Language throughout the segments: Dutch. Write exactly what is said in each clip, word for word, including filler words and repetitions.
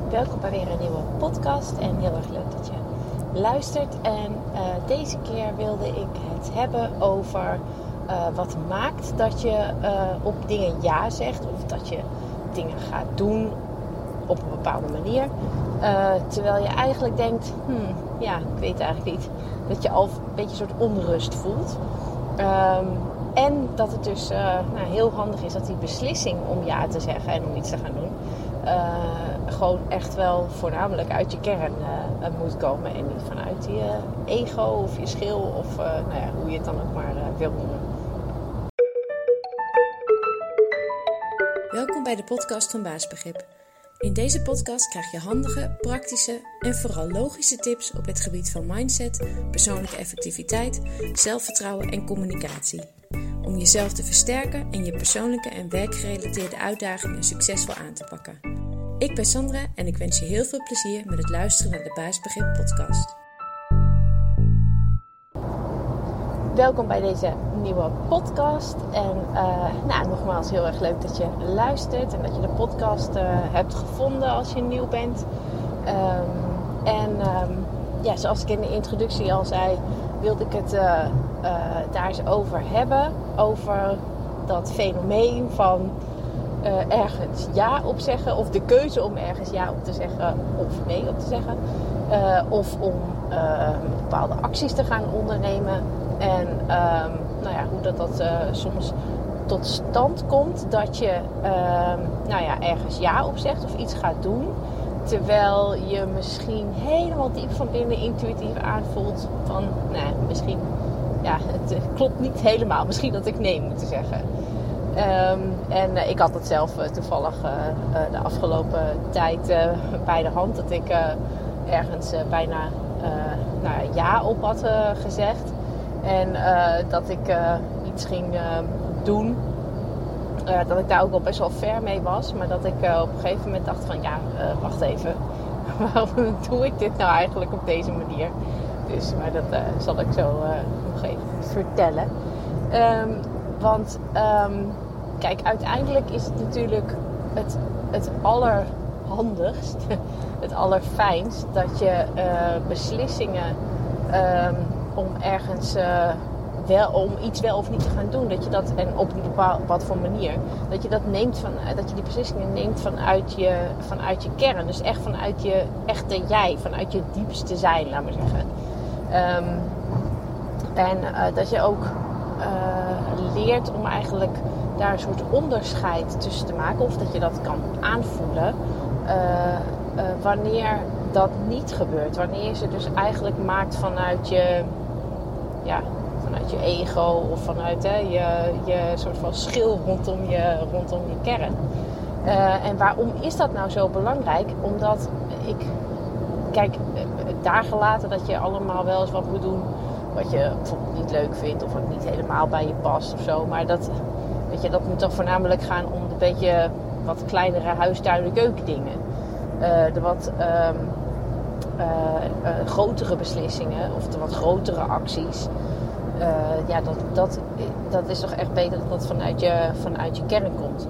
welkom bij weer een nieuwe podcast en heel erg leuk dat je luistert. En uh, deze keer wilde ik het hebben over uh, wat maakt dat je uh, op dingen ja zegt of dat je dingen gaat doen op een bepaalde manier. Uh, terwijl je eigenlijk denkt, hmm, ja, ik weet eigenlijk niet. Dat je al een beetje een soort onrust voelt. Um, en dat het dus uh, nou, heel handig is dat die beslissing om ja te zeggen en om iets te gaan doen, uh, gewoon echt wel voornamelijk uit je kern uh, moet komen. En niet vanuit je ego of je schil of uh, nou ja, hoe je het dan ook maar uh, wil noemen. Welkom bij de podcast van Baasbegrip. In deze podcast krijg je handige, praktische en vooral logische tips op het gebied van mindset, persoonlijke effectiviteit, zelfvertrouwen en communicatie. Om jezelf te versterken en je persoonlijke en werkgerelateerde uitdagingen succesvol aan te pakken. Ik ben Sandra en ik wens je heel veel plezier met het luisteren naar de Baasbegrip podcast. Welkom bij deze nieuwe podcast. En uh, nou, nogmaals heel erg leuk dat je luistert en dat je de podcast uh, hebt gevonden als je nieuw bent. Um, en um, ja, zoals ik in de introductie al zei, wilde ik het uh, uh, daar eens over hebben. Over dat fenomeen van uh, ergens ja op zeggen. Of de keuze om ergens ja op te zeggen of nee op te zeggen. Uh, of om uh, bepaalde acties te gaan ondernemen. En um, nou ja, hoe dat, dat uh, soms tot stand komt dat je uh, nou ja, ergens ja op zegt of iets gaat doen. Terwijl je misschien helemaal diep van binnen intuïtief aanvoelt van, nou, misschien, ja, het klopt niet helemaal. Misschien dat ik nee moet zeggen. Um, en uh, ik had het zelf uh, toevallig uh, uh, de afgelopen tijd uh, bij de hand. Dat ik uh, ergens uh, bijna uh, nou, ja op had uh, gezegd. En uh, dat ik uh, iets ging uh, doen. Uh, dat ik daar ook al best wel ver mee was. Maar dat ik uh, op een gegeven moment dacht van ja, uh, wacht even. Waarom doe ik dit nou eigenlijk op deze manier? Dus, maar dat uh, zal ik zo uh, nog even vertellen. Um, want um, kijk, uiteindelijk is het natuurlijk het, het allerhandigst, het allerfijnst dat je uh, beslissingen um, om ergens uh, wel om iets wel of niet te gaan doen, dat je dat en op een bepaalde wat voor manier, dat je dat neemt van, dat je die beslissingen neemt vanuit je vanuit je kern, dus echt vanuit je echte jij, vanuit je diepste zijn, laat maar zeggen. Um, en uh, dat je ook uh, leert om eigenlijk daar een soort onderscheid tussen te maken, of dat je dat kan aanvoelen uh, uh, wanneer dat niet gebeurt, wanneer je ze dus eigenlijk maakt vanuit je ja, vanuit je ego of vanuit hè, je, je soort van schil rondom je, rondom je kern. Uh, en waarom is dat nou zo belangrijk? Omdat ik, kijk, daar gelaten dat je allemaal wel eens wat moet doen wat je bijvoorbeeld niet leuk vindt of wat niet helemaal bij je past of zo. Maar dat, weet je, dat moet dan voornamelijk gaan om een beetje wat kleinere huistuin- keukendingen. Uh, de wat um, uh, uh, grotere beslissingen of de wat grotere acties. Uh, ja, dat, dat, dat is toch echt beter dat dat vanuit je, vanuit je kern komt.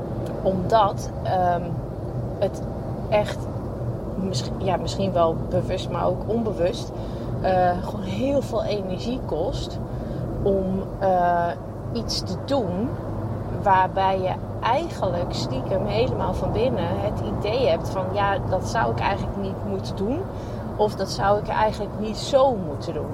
Omdat um, het echt misschien, ja, misschien wel bewust, maar ook onbewust uh, gewoon heel veel energie kost om uh, iets te doen waarbij je eigenlijk stiekem helemaal van binnen het idee hebt van ja, dat zou ik eigenlijk niet moeten doen. Of dat zou ik eigenlijk niet zo moeten doen.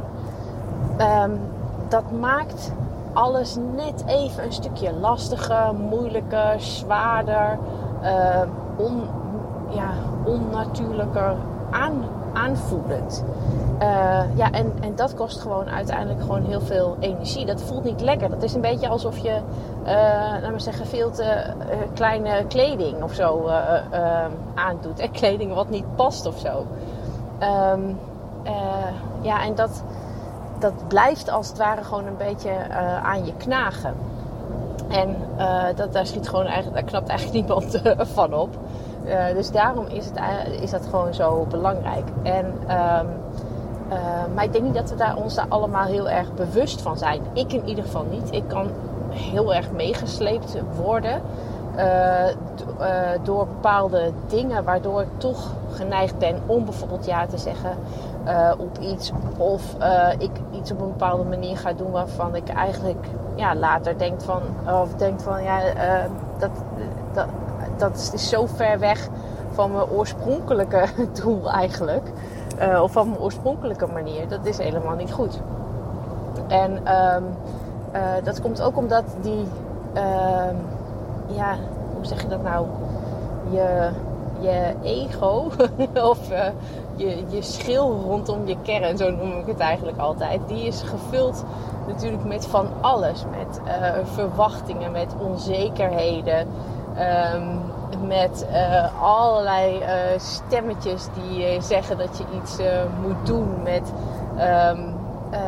Um, dat maakt alles net even een stukje lastiger, moeilijker, zwaarder, uh, on, ja, onnatuurlijker aan, aanvoelend. Uh, ja, en, en dat kost gewoon uiteindelijk gewoon heel veel energie. Dat voelt niet lekker. Dat is een beetje alsof je, uh, laten we zeggen, veel te uh, kleine kleding of zo uh, uh, aandoet. En kleding wat niet past of zo. Um, uh, ja, en dat, dat blijft als het ware gewoon een beetje uh, aan je knagen. En uh, dat, daar schiet gewoon eigenlijk, daar knapt eigenlijk niemand uh, van op. Uh, dus daarom is, het, is dat gewoon zo belangrijk. En, um, uh, maar ik denk niet dat we daar, ons daar allemaal heel erg bewust van zijn. Ik in ieder geval niet. Ik kan heel erg meegesleept worden uh, d- uh, door bepaalde dingen waardoor ik toch geneigd ben om bijvoorbeeld ja te zeggen uh, op iets. Of uh, ik iets op een bepaalde manier ga doen waarvan ik eigenlijk ja, later denk van, of denk van ja, uh, dat, dat, dat is zo ver weg van mijn oorspronkelijke doel eigenlijk. Uh, of van mijn oorspronkelijke manier. Dat is helemaal niet goed. En um, uh, dat komt ook omdat die, uh, ja, hoe zeg je dat nou? Je, je ego of uh, je, je schil rondom je kern, zo noem ik het eigenlijk altijd. Die is gevuld natuurlijk met van alles. Met uh, verwachtingen, met onzekerheden. Um, met uh, allerlei uh, stemmetjes die uh, zeggen dat je iets uh, moet doen. Met um, uh,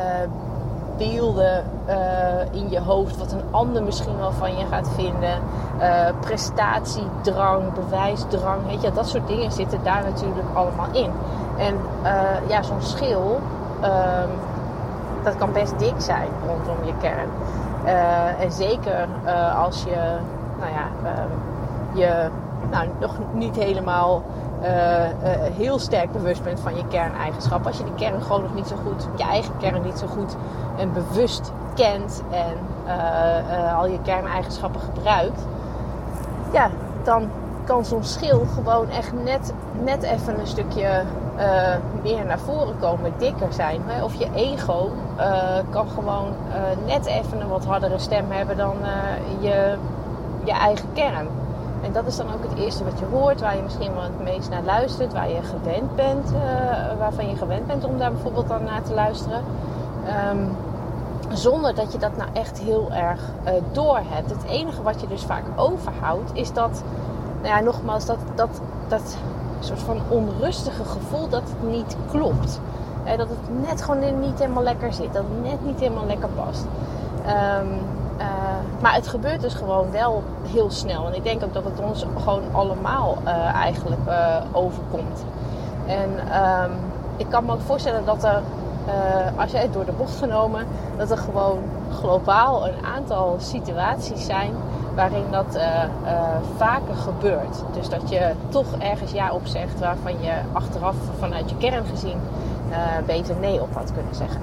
beelden uh, in je hoofd wat een ander misschien wel van je gaat vinden. Uh, prestatiedrang, bewijsdrang. Weet je, dat soort dingen zitten daar natuurlijk allemaal in. En uh, ja, zo'n schil, um, dat kan best dik zijn rondom je kern. Uh, en zeker uh, als je, nou ja, um, je nou, nog niet helemaal uh, uh, heel sterk bewust bent van je kerneigenschappen. Als je die kern gewoon nog niet zo goed, je eigen kern niet zo goed en bewust kent en uh, uh, al je kerneigenschappen gebruikt, ja, dan kan zo'n schil gewoon echt net, net even een stukje uh, meer naar voren komen, dikker zijn. Hè? Of je ego uh, kan gewoon uh, net even een wat hardere stem hebben dan uh, je, je eigen kern. En dat is dan ook het eerste wat je hoort, waar je misschien wel het meest naar luistert, waar je gewend bent, uh, waarvan je gewend bent om daar bijvoorbeeld dan naar te luisteren. Um, zonder dat je dat nou echt heel erg uh, door hebt. Het enige wat je dus vaak overhoudt is dat, nou ja, nogmaals, dat, dat, dat soort van onrustige gevoel dat het niet klopt. Uh, dat het net gewoon niet helemaal lekker zit, dat het net niet helemaal lekker past. Um, Uh, maar het gebeurt dus gewoon wel heel snel. En ik denk ook dat het ons gewoon allemaal uh, eigenlijk uh, overkomt. En um, ik kan me ook voorstellen dat er, uh, als jij het door de bocht genomen, dat er gewoon globaal een aantal situaties zijn waarin dat uh, uh, vaker gebeurt. Dus dat je toch ergens ja op zegt waarvan je achteraf vanuit je kern gezien uh, beter nee op had kunnen zeggen.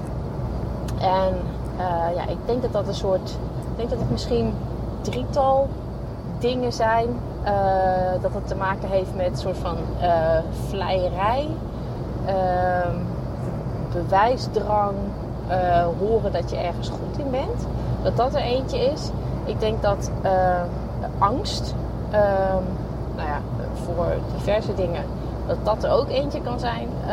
En uh, ja, ik denk dat dat een soort... Ik denk dat het misschien drietal dingen zijn. Uh, dat het te maken heeft met een soort van uh, vleierij, uh, bewijsdrang, uh, horen dat je ergens goed in bent. Dat dat er eentje is. Ik denk dat uh, angst, uh, nou ja, voor diverse dingen, dat dat er ook eentje kan zijn. Uh,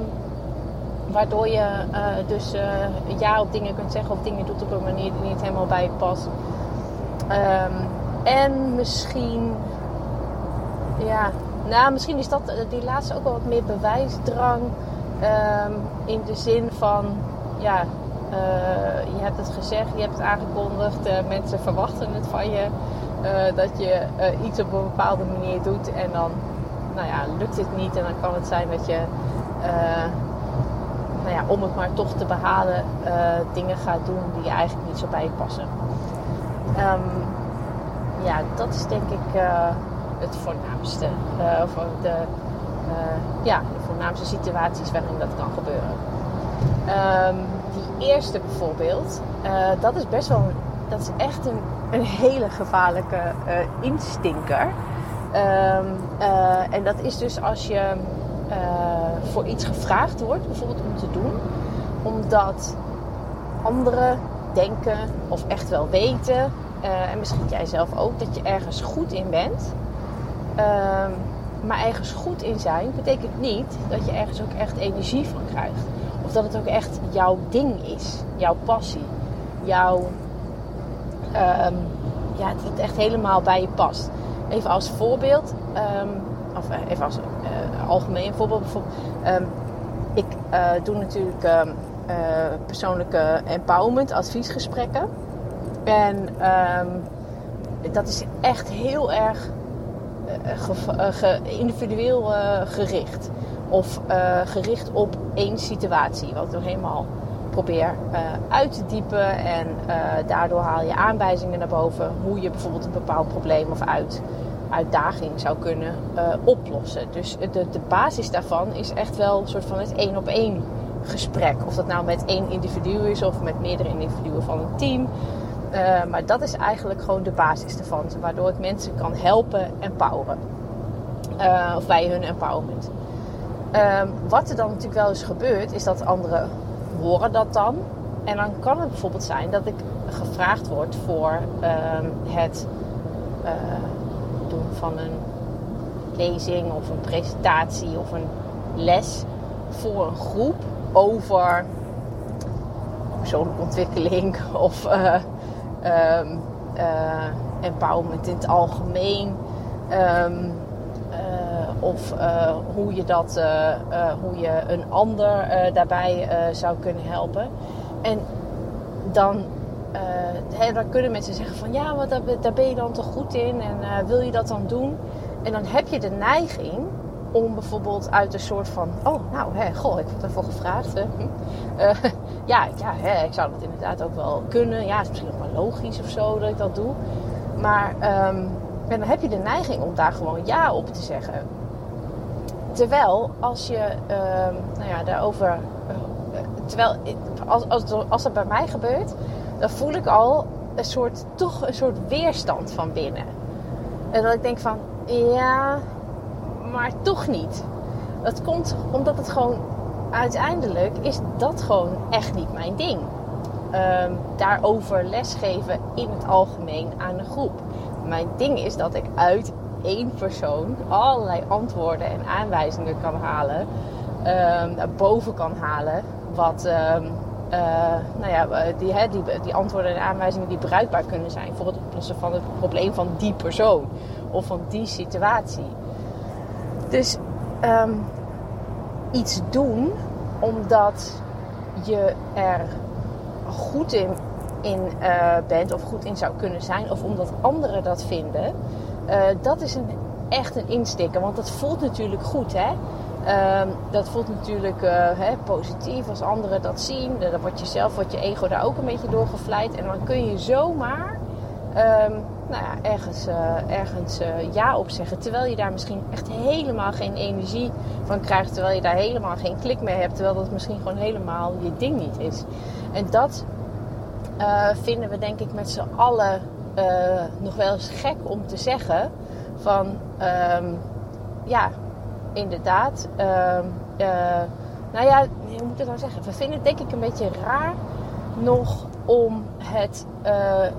Waardoor je uh, dus uh, ja op dingen kunt zeggen of dingen doet op een manier die niet helemaal bij je past. Um, en misschien, ja, nou misschien is dat die laatste ook wel wat meer bewijsdrang. Um, in de zin van, ja, uh, je hebt het gezegd, je hebt het aangekondigd, uh, mensen verwachten het van je. Uh, dat je uh, iets op een bepaalde manier doet en dan, nou ja, lukt het niet en dan kan het zijn dat je... Uh, Nou ja, om het maar toch te behalen, uh, dingen gaat doen die eigenlijk niet zo bij je passen. Um, ja, dat is denk ik uh, het voornaamste. Uh, of de, uh, ja, de voornaamste situaties waarin dat kan gebeuren. Um, die eerste bijvoorbeeld, uh, dat is best wel, dat is echt een, een hele gevaarlijke uh, instinker. Um, uh, en dat is dus als je... Uh, voor iets gevraagd wordt, bijvoorbeeld om te doen, omdat anderen denken of echt wel weten, uh, en misschien jij zelf ook, dat je ergens goed in bent. Uh, maar ergens goed in zijn betekent niet dat je ergens ook echt energie van krijgt. Of dat het ook echt jouw ding is, jouw passie, jouw, um, ja, dat het echt helemaal bij je past. Even als voorbeeld, um, of even als uh, algemeen voorbeeld. Bijvoorbeeld, um, ik uh, doe natuurlijk um, uh, persoonlijke empowerment, adviesgesprekken. En um, dat is echt heel erg uh, ge, uh, ge, individueel uh, gericht. Of uh, gericht op één situatie, wat ik nog helemaal probeer uh, uit te diepen. En uh, daardoor haal je aanwijzingen naar boven hoe je bijvoorbeeld een bepaald probleem of uit, uitdaging zou kunnen uh, oplossen. Dus de, de basis daarvan is echt wel een soort van het één op één gesprek. Of dat nou met één individu is of met meerdere individuen van een team. Uh, maar dat is eigenlijk gewoon de basis ervan. Waardoor het mensen kan helpen empoweren. Uh, of bij hun empowerment. Uh, wat er dan natuurlijk wel eens gebeurt, is dat anderen horen dat dan. En dan kan het bijvoorbeeld zijn dat ik gevraagd word voor uh, het uh, doen van een lezing of een presentatie of een les voor een groep over persoonlijke ontwikkeling of uh, um, uh, empowerment in het algemeen. Um, uh, of uh, hoe je dat, uh, uh, hoe je een ander uh, daarbij uh, zou kunnen helpen. En dan, uh, he, dan kunnen mensen zeggen van ja, maar daar, daar ben je dan toch goed in en uh, wil je dat dan doen? En dan heb je de neiging om bijvoorbeeld uit een soort van oh, nou, hè, goh, ik word ervoor gevraagd. Hè. Uh, ja, ja hè, ik zou dat inderdaad ook wel kunnen. Ja, het is misschien nog wel logisch of zo dat ik dat doe. Maar um, en dan heb je de neiging om daar gewoon ja op te zeggen. Terwijl als je um, nou ja, daarover... Uh, terwijl als, als, als dat bij mij gebeurt, dan voel ik al een soort, toch een soort weerstand van binnen. En dat ik denk van ja, maar toch niet. Dat komt omdat het gewoon uiteindelijk is dat gewoon echt niet mijn ding. Um, daarover lesgeven in het algemeen aan een groep. Mijn ding is dat ik uit één persoon allerlei antwoorden en aanwijzingen kan halen. Um, naar boven kan halen. Wat um, uh, nou ja, die, he, die, die antwoorden en aanwijzingen die bruikbaar kunnen zijn voor het oplossen van het probleem van die persoon. Of van die situatie. Dus um, iets doen omdat je er goed in, in uh, bent of goed in zou kunnen zijn. Of omdat anderen dat vinden. Uh, dat is een, echt een instikker. Want dat voelt natuurlijk goed, hè. Um, dat voelt natuurlijk uh, hè, positief als anderen dat zien. Dan wordt jezelf, wordt je ego daar ook een beetje door gevleid. En dan kun je zomaar um, nou ja, ergens, uh, ergens uh, ja op zeggen. Terwijl je daar misschien echt helemaal geen energie van krijgt. Terwijl je daar helemaal geen klik mee hebt. Terwijl dat misschien gewoon helemaal je ding niet is. En dat uh, vinden we denk ik met z'n allen uh, nog wel eens gek om te zeggen. Van um, ja... Inderdaad. Uh, uh, nou ja, hoe moet ik dat nou zeggen? We vinden het denk ik een beetje raar nog om het, uh,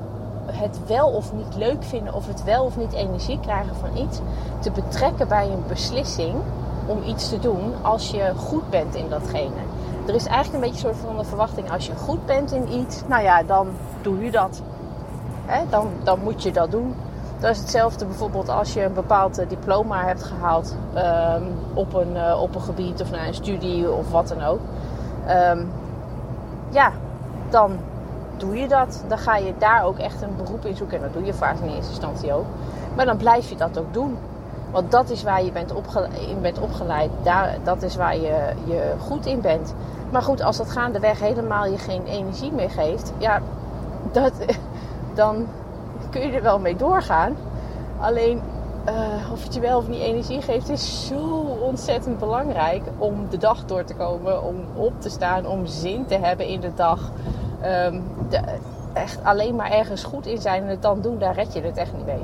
het wel of niet leuk vinden of het wel of niet energie krijgen van iets te betrekken bij een beslissing om iets te doen als je goed bent in datgene. Er is eigenlijk een beetje een soort van de verwachting, als je goed bent in iets, nou ja, dan doe je dat. Hè? Dan, dan moet je dat doen. Dat is hetzelfde bijvoorbeeld als je een bepaald uh, diploma hebt gehaald um, op, een, uh, op een gebied of naar een studie of wat dan ook. Um, ja, dan doe je dat. Dan ga je daar ook echt een beroep in zoeken. En dat doe je vaak in eerste instantie ook. Maar dan blijf je dat ook doen. Want dat is waar je bent opgeleid, in bent opgeleid. Daar, dat is waar je, je goed in bent. Maar goed, als dat gaandeweg helemaal je geen energie meer geeft. Ja, dat, dan... kun je er wel mee doorgaan. Alleen uh, of het je wel of niet energie geeft is zo ontzettend belangrijk om de dag door te komen, om op te staan, om zin te hebben in de dag. Um, de, echt alleen maar ergens goed in zijn en het dan doen, daar red je het echt niet mee.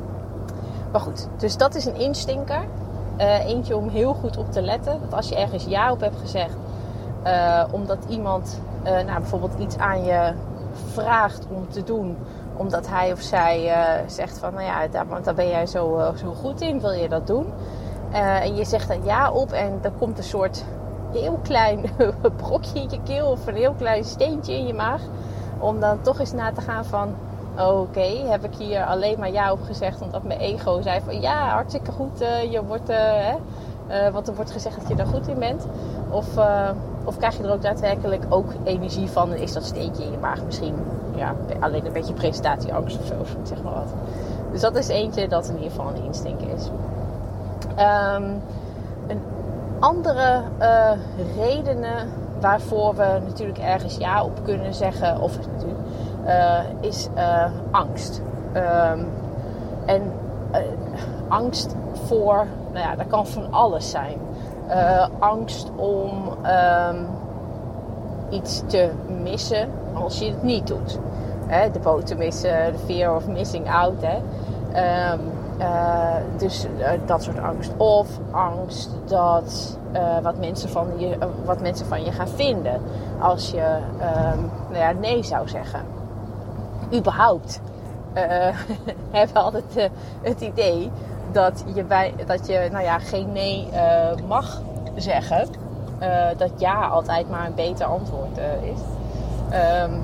Maar goed, dus dat is een instinker. Uh, eentje om heel goed op te letten. Dat als je ergens ja op hebt gezegd, uh, omdat iemand uh, nou, bijvoorbeeld iets aan je vraagt om te doen, omdat hij of zij uh, zegt van, nou ja, daar, daar ben jij zo, uh, zo goed in, wil je dat doen? Uh, en je zegt er ja op en er komt een soort heel klein brokje in je keel of een heel klein steentje in je maag. Om dan toch eens na te gaan van, oké, okay, heb ik hier alleen maar ja op gezegd omdat mijn ego zei van, ja, hartstikke goed, uh, je wordt, uh, hè, uh, want er wordt gezegd dat je er goed in bent. Of, uh, of krijg je er ook daadwerkelijk ook energie van en is dat steentje in je maag misschien, ja, alleen een beetje presentatieangst of zo, zeg maar wat. Dus dat is eentje dat in ieder geval een instinker is. Um, een andere uh, redenen waarvoor we natuurlijk ergens ja op kunnen zeggen, of natuurlijk, uh, is uh, angst. Um, en uh, angst voor, nou ja, dat kan van alles zijn. Uh, angst om um, iets te missen als je het niet doet. Hè, de boot te missen, de fear of missing out. Hè. Um, uh, dus uh, dat soort angst. Of angst dat uh, wat, mensen van je, uh, wat mensen van je gaan vinden als je um, nou ja, nee zou zeggen. Überhaupt uh, hebben we altijd uh, het idee dat je, bij, dat je nou ja, geen nee uh, mag zeggen. Uh, dat ja altijd maar een beter antwoord uh, is. Um,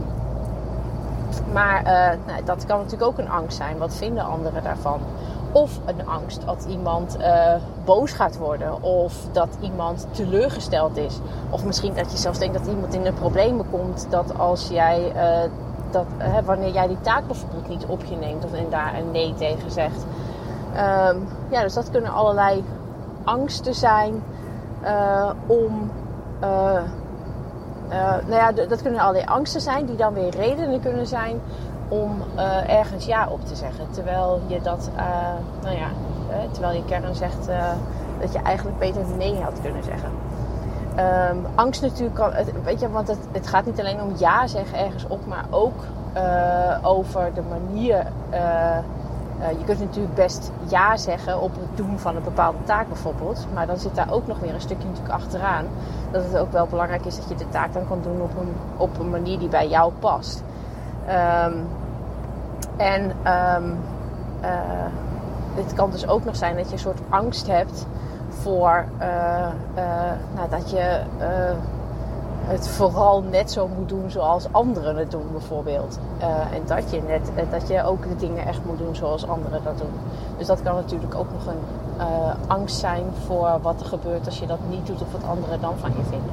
maar uh, nou, dat kan natuurlijk ook een angst zijn. Wat vinden anderen daarvan? Of een angst dat iemand uh, boos gaat worden. Of dat iemand teleurgesteld is. Of misschien dat je zelfs denkt dat iemand in de problemen komt. Dat als jij, uh, dat, uh, wanneer jij die taak bijvoorbeeld niet op je neemt. Of en daar een nee tegen zegt. Um, ja, dus dat kunnen allerlei angsten zijn. Uh, om... Uh, uh, nou ja, d- dat kunnen allerlei angsten zijn. Die dan weer redenen kunnen zijn. Om uh, ergens ja op te zeggen. Terwijl je dat, uh, nou ja, uh, terwijl je kern zegt uh, dat je eigenlijk beter nee had kunnen zeggen. Um, angst natuurlijk kan, het, weet je, want het, het gaat niet alleen om ja zeggen ergens op, maar ook uh, over de manier. Uh, uh, je kunt natuurlijk best ja zeggen op het doen van een bepaalde taak bijvoorbeeld. Maar dan zit daar ook nog weer een stukje natuurlijk achteraan. Dat het ook wel belangrijk is dat je de taak dan kan doen op een, op een manier die bij jou past. Um, en um, uh, het kan dus ook nog zijn dat je een soort angst hebt voor uh, uh, nou, dat je uh, het vooral net zo moet doen zoals anderen het doen bijvoorbeeld. Uh, en dat je, net, uh, dat je ook de dingen echt moet doen zoals anderen dat doen. Dus dat kan natuurlijk ook nog een uh, angst zijn voor wat er gebeurt als je dat niet doet of wat anderen dan van je vinden.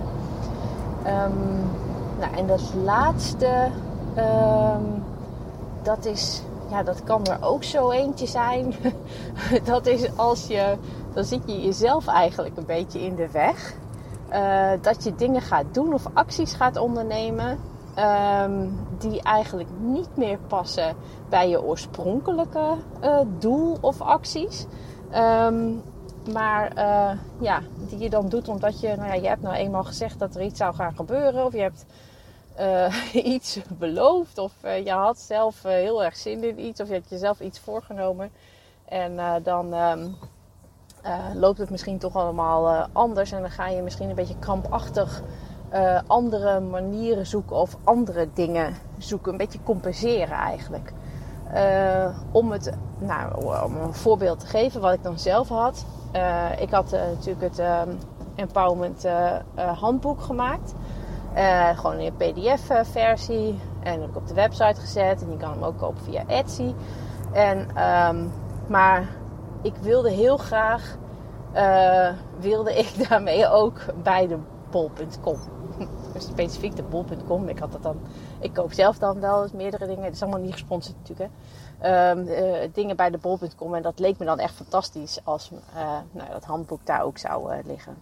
Um, nou, en dat laatste... Um, dat is, ja, dat kan er ook zo eentje zijn. Dat is als je, dan zit je jezelf eigenlijk een beetje in de weg. Uh, dat je dingen gaat doen of acties gaat ondernemen um, die eigenlijk niet meer passen bij je oorspronkelijke uh, doel of acties. Um, maar uh, ja, die je dan doet omdat je, nou ja, je hebt nou eenmaal gezegd dat er iets zou gaan gebeuren. Of je hebt Uh, iets beloofd of uh, je had zelf uh, heel erg zin in iets of je had jezelf iets voorgenomen en uh, dan um, uh, loopt het misschien toch allemaal uh, anders en dan ga je misschien een beetje krampachtig uh, andere manieren zoeken of andere dingen zoeken, een beetje compenseren eigenlijk. Uh, om het, nou, om een voorbeeld te geven wat ik dan zelf had. Uh, ik had uh, natuurlijk het uh, Empowerment uh, uh, handboek gemaakt. Uh, gewoon in een P D F-versie. En dat heb ik op de website gezet. En je kan hem ook kopen via Etsy. En, um, maar ik wilde heel graag... Uh, wilde ik daarmee ook bij de bol punt com. Dus specifiek de bol punt com. Ik had dat dan... Ik koop zelf dan wel eens meerdere dingen. Het is allemaal niet gesponsord natuurlijk. Hè. Um, uh, dingen bij de bol punt com. En dat leek me dan echt fantastisch. Als uh, nou, dat handboek daar ook zou uh, liggen.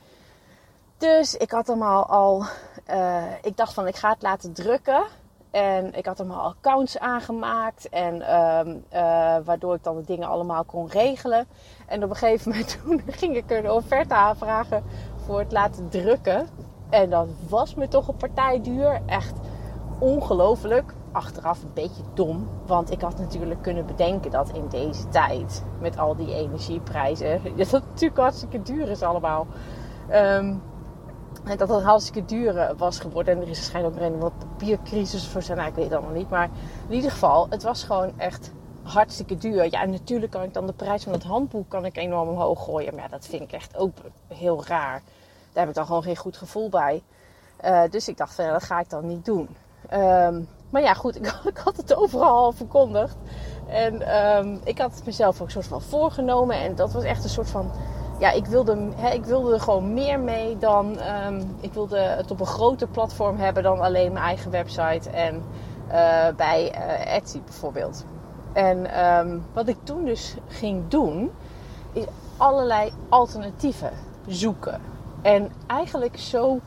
Dus ik had hem al, al uh, ik dacht van ik ga het laten drukken. En ik had hem al accounts aangemaakt. En uh, uh, waardoor ik dan de dingen allemaal kon regelen. En op een gegeven moment toen ging ik er een offerte aanvragen voor het laten drukken. En dat was me toch een partij duur. Echt ongelooflijk. Achteraf een beetje dom. Want ik had natuurlijk kunnen bedenken dat in deze tijd met al die energieprijzen. Dat het natuurlijk hartstikke duur is allemaal. Um, En dat het hartstikke duur was geworden. En er is waarschijnlijk ook een wat papiercrisis voor zijn. Nou, ik weet het allemaal niet. Maar in ieder geval, het was gewoon echt hartstikke duur. Ja, en natuurlijk kan ik dan de prijs van het handboek kan ik enorm omhoog gooien. Maar ja, dat vind ik echt ook heel raar. Daar heb ik dan gewoon geen goed gevoel bij. Uh, dus ik dacht van, ja, dat ga ik dan niet doen. Um, maar ja, goed, ik, ik had het overal al verkondigd. En um, ik had het mezelf ook een soort van voorgenomen. En dat was echt een soort van... Ja, ik wilde, hè, ik wilde er gewoon meer mee dan... Um, ik wilde het op een groter platform hebben dan alleen mijn eigen website. En uh, bij uh, Etsy bijvoorbeeld. En um, wat ik toen dus ging doen... is allerlei alternatieven zoeken. En eigenlijk zo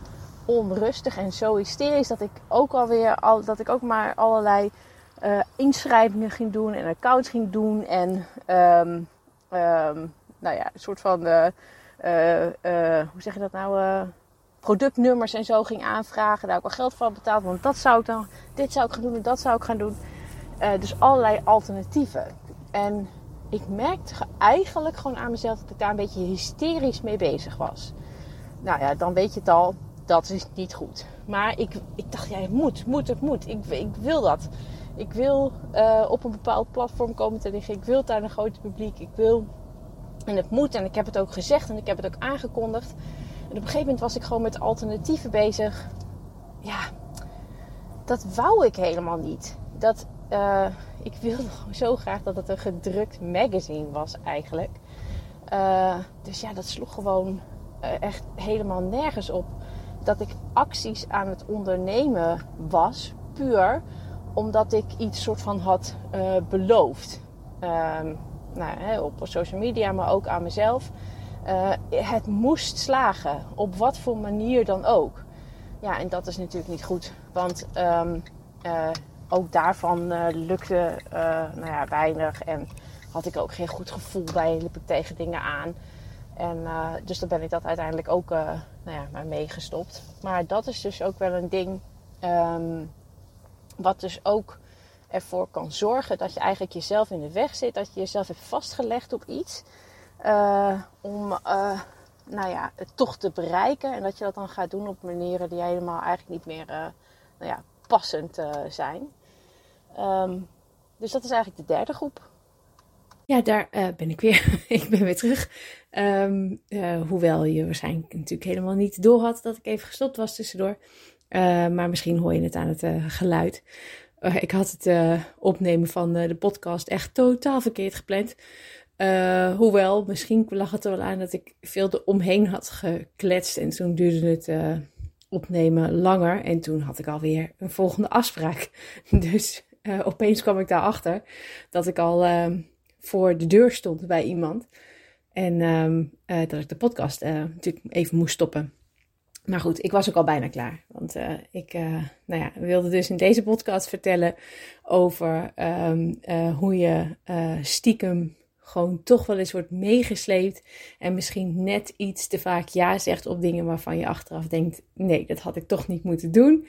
onrustig en zo hysterisch dat ik ook alweer al, dat ik ook maar allerlei uh, inschrijvingen ging doen en accounts ging doen en um, um, nou ja, een soort van uh, uh, uh, hoe zeg je dat nou? Uh, productnummers en zo ging aanvragen, daar ook al geld voor betaald, want dat zou ik dan, dit zou ik gaan doen en dat zou ik gaan doen. Uh, dus allerlei alternatieven. En ik merkte eigenlijk gewoon aan mezelf dat ik daar een beetje hysterisch mee bezig was. Nou ja, dan weet je het al, dat is niet goed. Maar ik, ik dacht, ja, het moet, moet, het moet. Ik, ik wil dat. Ik wil uh, op een bepaald platform komen te liggen. Ik wil het aan een groot publiek. Ik wil, en het moet. En ik heb het ook gezegd en ik heb het ook aangekondigd. En op een gegeven moment was ik gewoon met alternatieven bezig. Ja, dat wou ik helemaal niet. Dat, uh, ik wilde zo graag dat het een gedrukt magazine was eigenlijk. Uh, dus ja, dat sloeg gewoon uh, echt helemaal nergens op. Dat ik acties aan het ondernemen was, puur omdat ik iets soort van had uh, beloofd. Uh, nou, hè, op social media, maar ook aan mezelf. Uh, het moest slagen, op wat voor manier dan ook. Ja, en dat is natuurlijk niet goed, want um, uh, ook daarvan uh, lukte uh, nou ja, weinig en had ik ook geen goed gevoel bij, liep ik tegen dingen aan. En uh, dus dan ben ik dat uiteindelijk ook uh, nou ja, maar meegestopt. Maar dat is dus ook wel een ding um, wat dus ook ervoor kan zorgen dat je eigenlijk jezelf in de weg zit. Dat je jezelf hebt vastgelegd op iets uh, om uh, nou ja, het toch te bereiken. En dat je dat dan gaat doen op manieren die helemaal eigenlijk niet meer uh, nou ja, passend uh, zijn. Um, dus dat is eigenlijk de derde groep. Ja, daar uh, ben ik weer. Ik ben weer terug. Um, uh, hoewel je waarschijnlijk natuurlijk helemaal niet door had dat ik even gestopt was tussendoor. Uh, maar misschien hoor je het aan het uh, geluid. Uh, ik had het uh, opnemen van uh, de podcast echt totaal verkeerd gepland. Uh, hoewel, misschien lag het er wel aan dat ik veel eromheen had gekletst. En toen duurde het uh, opnemen langer. En toen had ik alweer een volgende afspraak. Dus uh, opeens kwam ik daarachter dat ik al uh, voor de deur stond bij iemand. En um, uh, dat ik de podcast uh, natuurlijk even moest stoppen. Maar goed, ik was ook al bijna klaar. Want uh, ik uh, nou ja, wilde dus in deze podcast vertellen over um, uh, hoe je uh, stiekem gewoon toch wel eens wordt meegesleept. En misschien net iets te vaak ja zegt op dingen waarvan je achteraf denkt, nee, dat had ik toch niet moeten doen.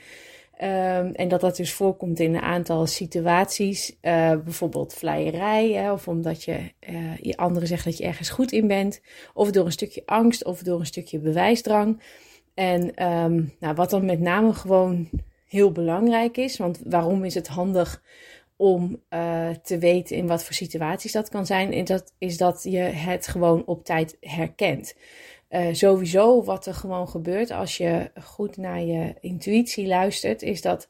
Um, en dat dat dus voorkomt in een aantal situaties. Uh, bijvoorbeeld vleierij. Hè, of omdat je, uh, je anderen zegt dat je ergens goed in bent. Of door een stukje angst. Of door een stukje bewijsdrang. En um, nou, wat dan met name gewoon heel belangrijk is. Want waarom is het handig om uh, te weten in wat voor situaties dat kan zijn. En dat is dat je het gewoon op tijd herkent. Uh, sowieso wat er gewoon gebeurt als je goed naar je intuïtie luistert. Is dat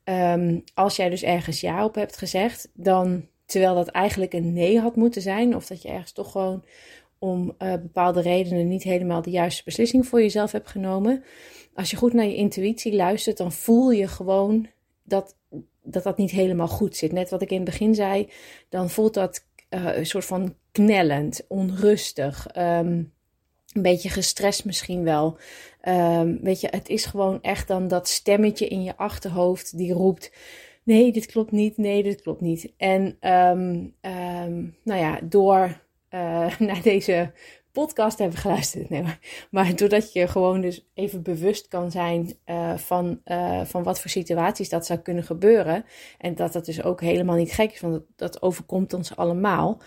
um, als jij dus ergens ja op hebt gezegd. Dan terwijl dat eigenlijk een nee had moeten zijn. Of dat je ergens toch gewoon om uh, bepaalde redenen niet helemaal de juiste beslissing voor jezelf hebt genomen. Als je goed naar je intuïtie luistert, dan voel je gewoon dat dat, dat niet helemaal goed zit. Net wat ik in het begin zei, dan voelt dat uh, een soort van knellend, onrustig, um, een beetje gestrest misschien wel. Um, weet je, het is gewoon echt dan dat stemmetje in je achterhoofd die roept, nee, dit klopt niet, nee, dit klopt niet. En um, um, nou ja, door Uh, naar deze podcast hebben geluisterd. Nee, maar, maar doordat je gewoon dus even bewust kan zijn uh, van, uh, van wat voor situaties dat zou kunnen gebeuren. En dat dat dus ook helemaal niet gek is, want dat, dat overkomt ons allemaal.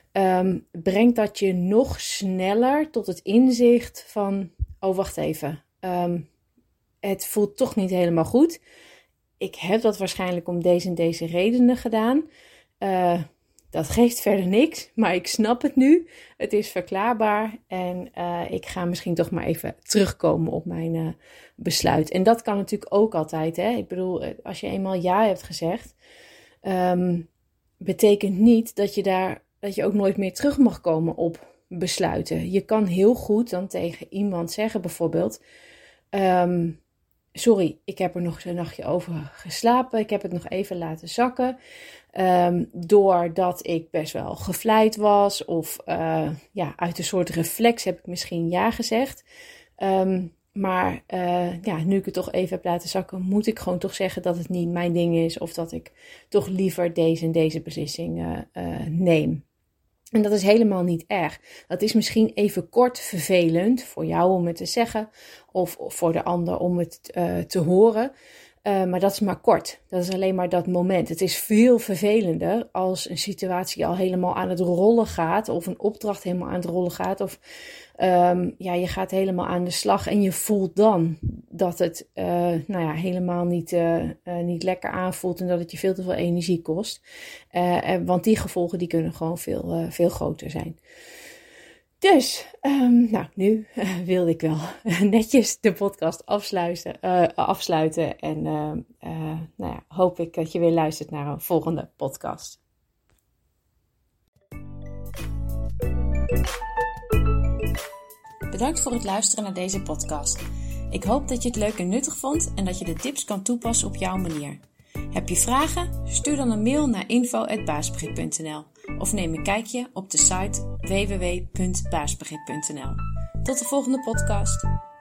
Um, brengt dat je nog sneller tot het inzicht van, oh wacht even, um, het voelt toch niet helemaal goed. Ik heb dat waarschijnlijk om deze en deze redenen gedaan. Uh, Dat geeft verder niks, maar ik snap het nu. Het is verklaarbaar en uh, ik ga misschien toch maar even terugkomen op mijn uh, besluit. En dat kan natuurlijk ook altijd. Hè? Ik bedoel, als je eenmaal ja hebt gezegd, um, betekent niet dat je daar dat je ook nooit meer terug mag komen op besluiten. Je kan heel goed dan tegen iemand zeggen bijvoorbeeld, Um, sorry, ik heb er nog een nachtje over geslapen. Ik heb het nog even laten zakken. Um, doordat ik best wel gevleid was. Of uh, ja, uit een soort reflex heb ik misschien ja gezegd. Um, Maar uh, ja, nu ik het toch even heb laten zakken, moet ik gewoon toch zeggen dat het niet mijn ding is. Of dat ik toch liever deze en deze beslissing uh, uh, neem. En dat is helemaal niet erg. Dat is misschien even kort vervelend voor jou om het te zeggen. Of voor de ander om het uh, te horen. Uh, maar dat is maar kort. Dat is alleen maar dat moment. Het is veel vervelender als een situatie al helemaal aan het rollen gaat. Of een opdracht helemaal aan het rollen gaat. Of um, ja, je gaat helemaal aan de slag. En je voelt dan dat het uh, nou ja, helemaal niet, uh, uh, niet lekker aanvoelt. En dat het je veel te veel energie kost. Uh, uh, want die gevolgen die kunnen gewoon veel, uh, veel groter zijn. Dus, um, nou, nu uh, wilde ik wel netjes de podcast afsluiten, uh, afsluiten. En uh, uh, nou ja, hoop ik dat je weer luistert naar een volgende podcast. Bedankt voor het luisteren naar deze podcast. Ik hoop dat je het leuk en nuttig vond en dat je de tips kan toepassen op jouw manier. Heb je vragen? Stuur dan een mail naar info at baasbegrip punt n l of neem een kijkje op de site w w w punt baasbegrip punt n l. Tot de volgende podcast.